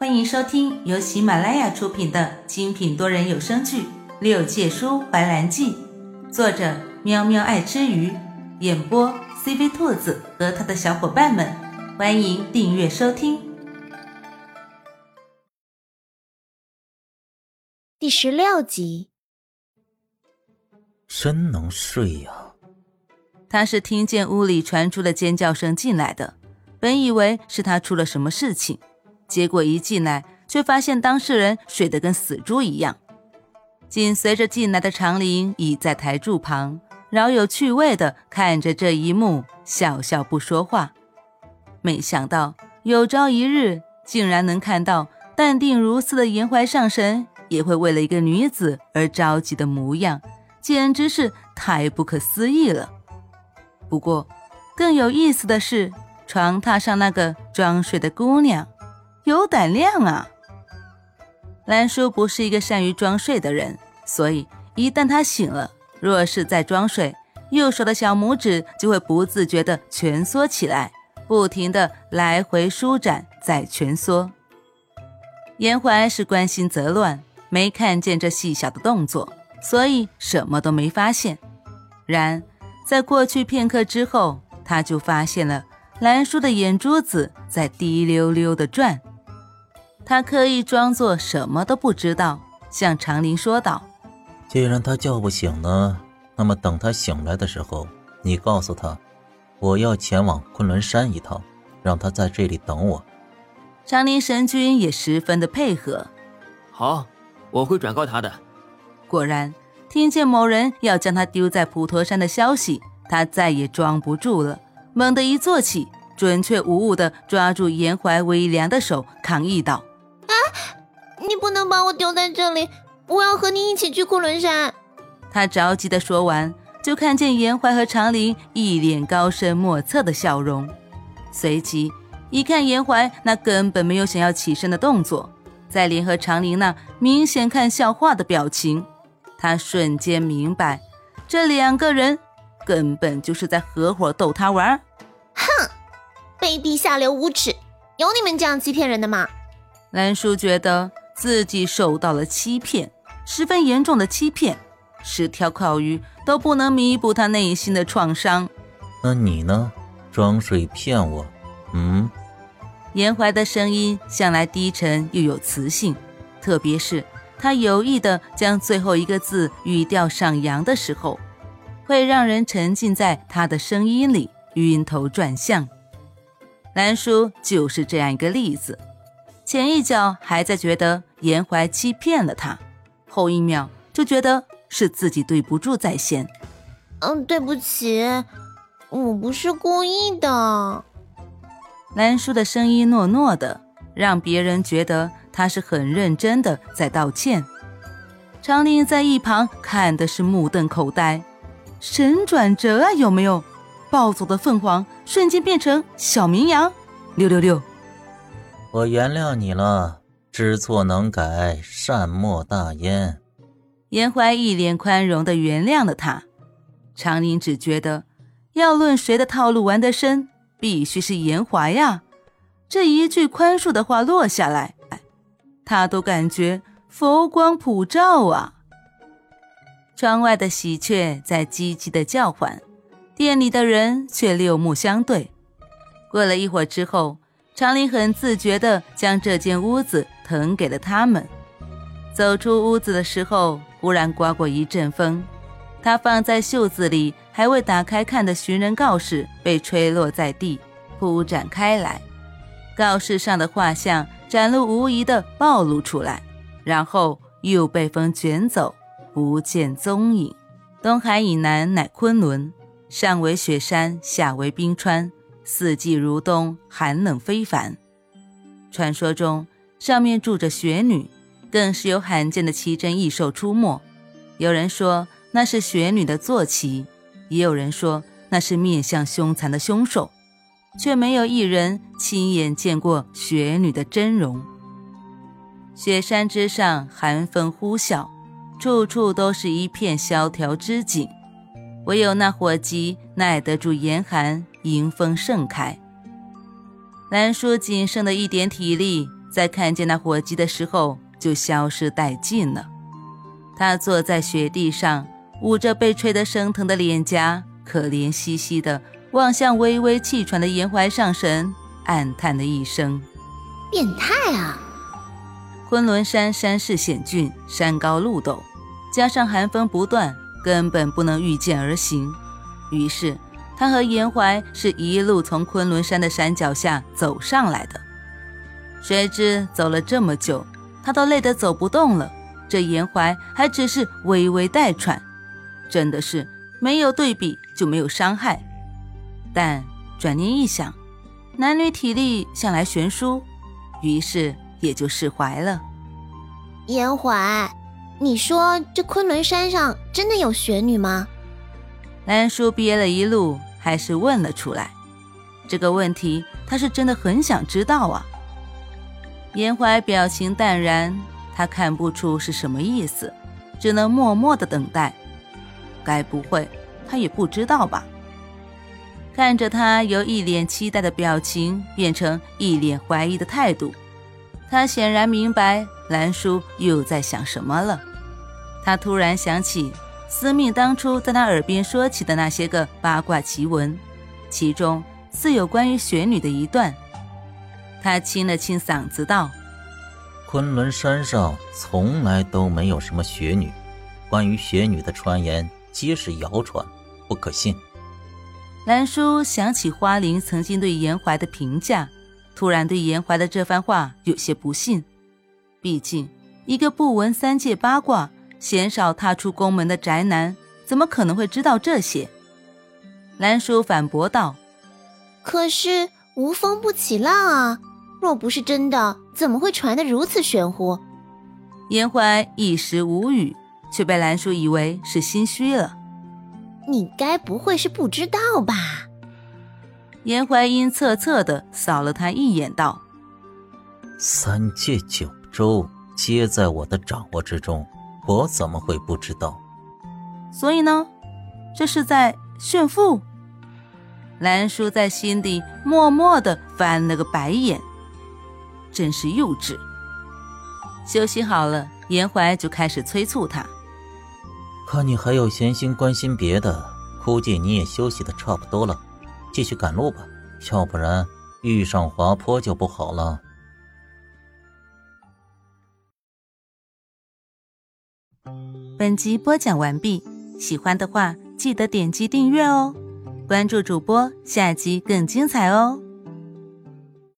欢迎收听由喜马拉雅出品的精品多人有声剧《六界书怀兰记》，作者喵喵爱吃鱼，演播 CV 兔子和他的小伙伴们。欢迎订阅收听。 第16集。 真能睡呀！ 他是听见屋里传出了尖叫声进来的，本以为是他出了什么事情，结果一进来却发现当事人睡得跟死猪一样。紧随着进来的长林倚在台柱旁，饶有趣味地看着这一幕，笑笑不说话。没想到有朝一日竟然能看到淡定如斯的颜怀上神也会为了一个女子而着急的模样，简直是太不可思议了。不过更有意思的是，床榻上那个装睡的姑娘有胆量啊。兰叔不是一个善于装睡的人，所以一旦他醒了，若是在装睡，右手的小拇指就会不自觉地蜷缩起来，不停地来回舒展再蜷缩。颜怀是关心则乱，没看见这细小的动作，所以什么都没发现。然在过去片刻之后，他就发现了兰叔的眼珠子在滴溜溜地转。他刻意装作什么都不知道，向长林说道： 既然他叫不醒呢，那么等他醒来的时候，你告诉他我要前往昆仑山一趟，让他在这里等我。 长林神君也十分的配合。 好，我会转告他的。 果然听见某人要将他丢在普陀山的消息，他再也装不住了，猛地一坐起，准确无误地抓住颜怀微凉的手，抗议道： 你不能把我丢在这里，我要和你一起去昆仑山。 他着急地说完，就看见颜怀和长林一脸高深莫测的笑容。随即一看颜怀那根本没有想要起身的动作，再联合长林那明显看笑话的表情，他瞬间明白，这两个人根本就是在合伙逗他玩。 哼，卑鄙下流无耻，有你们这样欺骗人的吗？ 兰叔觉得自己受到了欺骗，十分严重的欺骗，10条烤鱼都不能弥补他内心的创伤。 那你呢？装睡骗我？ 颜怀的声音向来低沉又有磁性，特别是他有意地将最后一个字语调上扬的时候，会让人沉浸在他的声音里，晕头转向。兰叔就是这样一个例子，前一脚还在觉得颜怀欺骗了他，后一秒就觉得是自己对不住在先。 对不起，我不是故意的。 兰叔的声音糯糯的，让别人觉得他是很认真的在道歉。长林在一旁看的是目瞪口呆，神转折啊，有没有？暴走的凤凰瞬间变成小绵羊，666。 我原谅你了，知错能改，善莫大焉。 颜怀一脸宽容地原谅了他。长林只觉得要论谁的套路玩得深，必须是颜怀呀。这一句宽恕的话落下来，他都感觉佛光普照啊。窗外的喜鹊在叽叽地叫唤，店里的人却六目相对。过了一会儿之后，长林很自觉地将这间屋子腾给了他们。走出屋子的时候，忽然刮过一阵风，他放在袖子里还未打开看的寻人告示被吹落在地，铺展开来。告示上的画像展露无遗地暴露出来，然后又被风卷走，不见踪影。东海以南乃昆仑，上为雪山，下为冰川，四季如冬，寒冷非凡。传说中上面住着雪女，更是有罕见的奇珍异兽出没。有人说那是雪女的坐骑，也有人说那是面相凶残的凶手，却没有一人亲眼见过雪女的真容。雪山之上寒风呼啸，处处都是一片萧条之景，唯有那火鸡耐得住严寒，迎风盛开。兰叔仅剩的一点体力在看见那火鸡的时候就消失殆尽了。他坐在雪地上，捂着被吹得生疼的脸颊，可怜兮兮地望向微微气喘的严怀上神，暗叹了一声： 变态啊！ 昆仑山山势险峻，山高路陡，加上寒风不断，根本不能御剑而行。于是他和严怀是一路从昆仑山的山脚下走上来的。谁知走了这么久，他都累得走不动了，这严怀还只是微微带喘，真的是没有对比就没有伤害。但转念一想，男女体力向来悬殊，于是也就释怀了。 严怀，你说这昆仑山上真的有雪女吗？ 兰叔憋了一路，还是问了出来。这个问题他是真的很想知道啊。严怀表情淡然，他看不出是什么意思，只能默默地等待。该不会他也不知道吧？看着他由一脸期待的表情变成一脸怀疑的态度，他显然明白兰叔又在想什么了。他突然想起司命当初在他耳边说起的那些个八卦奇闻，其中似有关于雪女的一段。他清了清嗓子道： 昆仑山上从来都没有什么雪女，关于雪女的传言皆是谣传，不可信。 兰叔想起花灵曾经对严怀的评价，突然对严怀的这番话有些不信。毕竟一个不闻三界八卦，鲜少踏出宫门的宅男，怎么可能会知道这些？兰叔反驳道： 可是无风不起浪啊，若不是真的，怎么会传得如此玄乎？ 严怀一时无语，却被兰叔以为是心虚了。 你该不会是不知道吧？ 严怀阴恻恻地扫了他一眼道： 三界九州皆在我的掌握之中，我怎么会不知道？ 所以呢，这是在炫富？兰叔在心底默默地翻了个白眼，真是幼稚。休息好了，严怀就开始催促他： 看你还有闲心关心别的，估计你也休息得差不多了，继续赶路吧，要不然遇上滑坡就不好了。 本集播讲完毕，喜欢的话记得点击订阅哦，关注主播，下集更精彩哦。